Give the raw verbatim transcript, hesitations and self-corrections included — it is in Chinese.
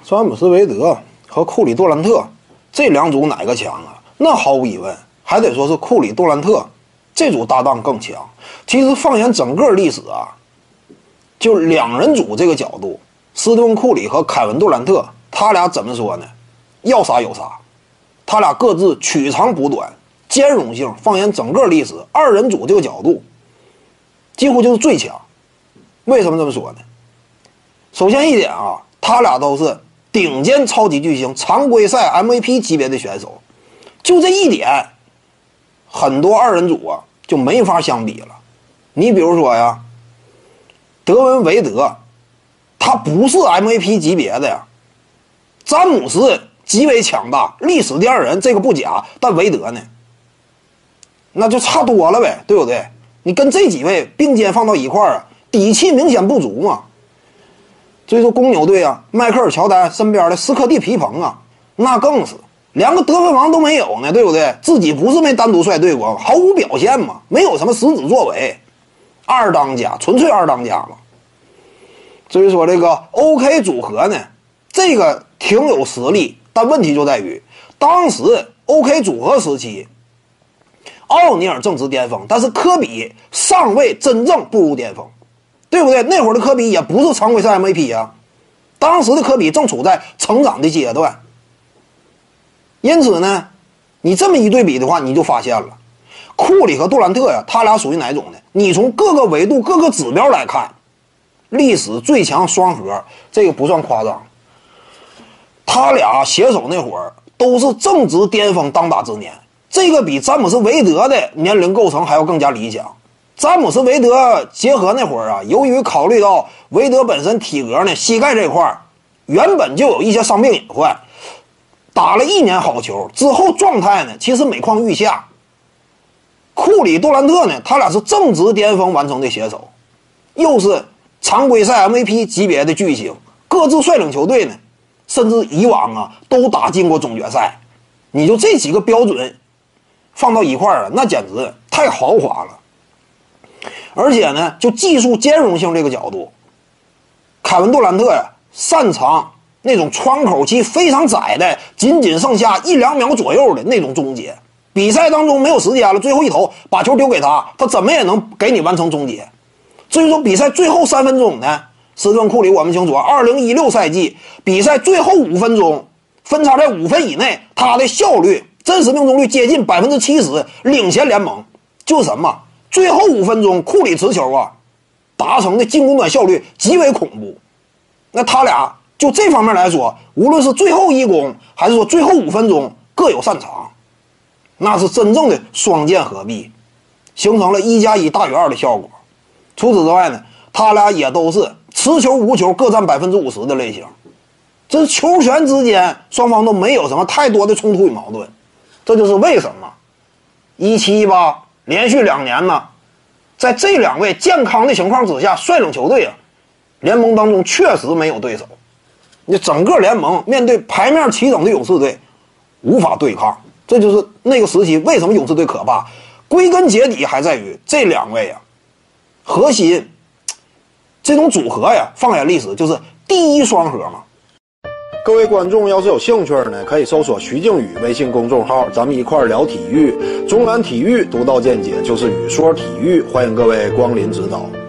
詹姆斯韦德和库里杜兰特这两组哪个强啊？那毫无疑问还得说是库里杜兰特这组搭档更强。其实放眼整个历史啊，就两人组这个角度，斯蒂芬库里和凯文杜兰特，他俩怎么说呢？要啥有啥，他俩各自取长补短，兼容性放眼整个历史，二人组这个角度几乎就是最强。为什么这么说呢？首先一点啊，他俩都是顶尖超级巨星，常规赛 M V P 级别的选手，就这一点，很多二人组啊就没法相比了。你比如说呀，德文韦德，他不是 M V P 级别的呀。詹姆斯极为强大，历史第二人，这个不假，但韦德呢，那就差多了呗，对不对？你跟这几位并肩放到一块儿啊，底气明显不足嘛。所以说公牛队啊，迈克尔乔丹身边的斯科蒂皮蓬啊，那更是连个得分王都没有呢，对不对？自己不是没单独率队过，毫无表现嘛，没有什么实质作为，二当家，纯粹二当家嘛。所以说这个 O K 组合呢，这个挺有实力，但问题就在于当时 O K 组合时期，奥尼尔正值巅峰，但是科比尚未真正步入巅峰，对不对？那会儿的科比也不是常规赛 M V P 啊，当时的科比正处在成长的阶段。因此呢，你这么一对比的话，你就发现了库里和杜兰特呀，他俩属于哪种呢？你从各个维度各个指标来看，历史最强双核，这个不算夸张。他俩携手那会儿都是正值巅峰当打之年，这个比詹姆斯韦德的年龄构成还要更加理想。詹姆斯韦德结合那会儿啊，由于考虑到韦德本身体格呢，膝盖这块原本就有一些伤病隐患，打了一年好球之后，状态呢其实每况愈下。库里杜兰特呢，他俩是正值巅峰完成的携手，又是常规赛 M V P 级别的巨星，各自率领球队呢，甚至以往啊都打进过总决赛。你就这几个标准放到一块儿了，那简直太豪华了。而且呢，就技术兼容性这个角度，凯文杜兰特呀，擅长那种窗口期非常窄的，仅仅剩下一两秒左右的那种终结。比赛当中没有时间了，最后一投把球丢给他，他怎么也能给你完成终结。至于说比赛最后三分钟呢，斯蒂芬库里我们清楚，二零一六赛季比赛最后五分钟，分差在五分以内，他的效率、真实命中率接近百分之七十，领先联盟。就是什么？最后五分钟，库里持球啊，达成的进攻端效率极为恐怖。那他俩就这方面来说，无论是最后一攻，还是说最后五分钟，各有擅长，那是真正的双剑合璧，形成了一加一大于二的效果。除此之外呢，他俩也都是持球无球各占百分之五十的类型，这是球权之间双方都没有什么太多的冲突与矛盾。这就是为什么一七一八连续两年呢，在这两位健康的情况之下率领球队啊，联盟当中确实没有对手。你整个联盟面对牌面齐整的勇士队无法对抗，这就是那个时期为什么勇士队可怕。归根结底还在于这两位啊，核心这种组合呀，放眼历史就是第一双核嘛。各位观众要是有兴趣呢，可以搜索徐静宇微信公众号，咱们一块聊体育。中南体育独到见解就是语说体育，欢迎各位光临指导。